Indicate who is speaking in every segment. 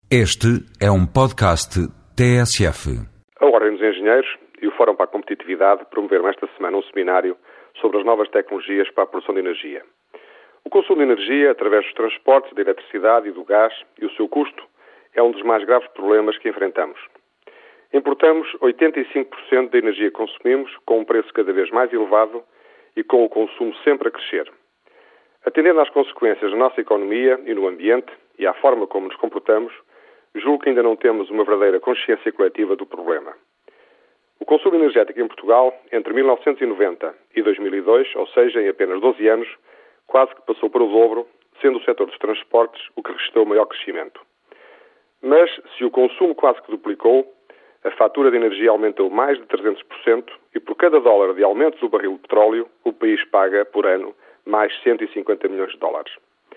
Speaker 1: Este é um podcast TSF.
Speaker 2: A Ordem dos Engenheiros e o Fórum para a Competitividade promoveram esta semana um seminário sobre as novas tecnologias para a produção de energia. O consumo de energia, através dos transportes, da eletricidade e do gás, e o seu custo, é um dos mais graves problemas que enfrentamos. Importamos 85% da energia que consumimos, com um preço cada vez mais elevado e com o consumo sempre a crescer. Atendendo às consequências da nossa economia e no ambiente e à forma como nos comportamos, julgo que ainda não temos uma verdadeira consciência coletiva do problema. O consumo energético em Portugal, entre 1990 e 2002, ou seja, em apenas 12 anos, quase que passou para o dobro, sendo o setor dos transportes o que registrou o maior crescimento. Mas, se o consumo quase que duplicou, a fatura de energia aumentou mais de 300% e por cada dólar de aumento do barril de petróleo, o país paga, por ano, mais 150 milhões de dólares.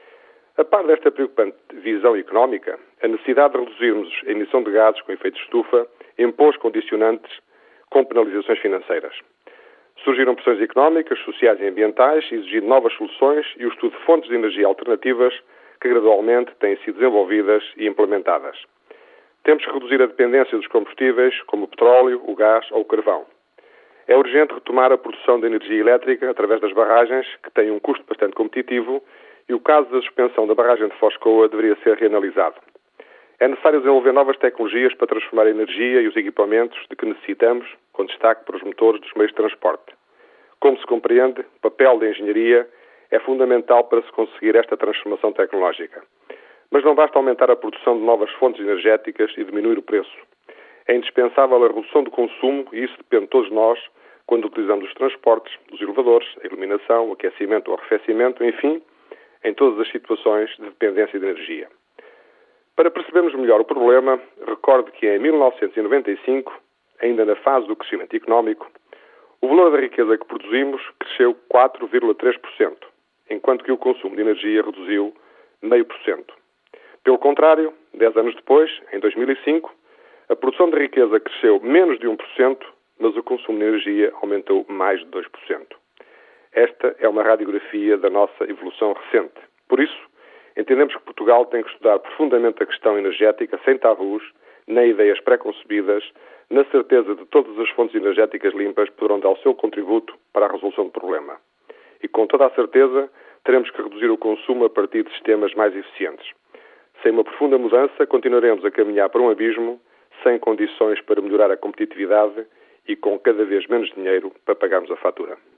Speaker 2: A par desta preocupante visão económica, a necessidade de reduzirmos a emissão de gases com efeito de estufa impôs condicionantes com penalizações financeiras. Surgiram pressões económicas, sociais e ambientais, exigindo novas soluções e o estudo de fontes de energia alternativas que gradualmente têm sido desenvolvidas e implementadas. Temos que reduzir a dependência dos combustíveis, como o petróleo, o gás ou o carvão. É urgente retomar a produção de energia elétrica através das barragens, que têm um custo bastante competitivo, e o caso da suspensão da barragem de Foscoa deveria ser reanalisado. É necessário desenvolver novas tecnologias para transformar a energia e os equipamentos de que necessitamos, com destaque para os motores dos meios de transporte. Como se compreende, o papel da engenharia é fundamental para se conseguir esta transformação tecnológica. Mas não basta aumentar a produção de novas fontes energéticas e diminuir o preço. É indispensável a redução do consumo, e isso depende de todos nós, quando utilizamos os transportes, os elevadores, a iluminação, o aquecimento ou arrefecimento, enfim, em todas as situações de dependência de energia. Para percebermos melhor o problema, recorde que em 1995, ainda na fase do crescimento económico, o valor da riqueza que produzimos cresceu 4,3%, enquanto que o consumo de energia reduziu 0,5%. Pelo contrário, 10 anos depois, em 2005, a produção de riqueza cresceu menos de 1%, mas o consumo de energia aumentou mais de 2%. Esta é uma radiografia da nossa evolução recente. Por isso, entendemos que Portugal tem que estudar profundamente a questão energética, sem tabus, nem ideias pré-concebidas, na certeza de que todas as fontes energéticas limpas poderão dar o seu contributo para a resolução do problema. E com toda a certeza, teremos que reduzir o consumo a partir de sistemas mais eficientes. Sem uma profunda mudança, continuaremos a caminhar para um abismo, sem condições para melhorar a competitividade e com cada vez menos dinheiro para pagarmos a fatura.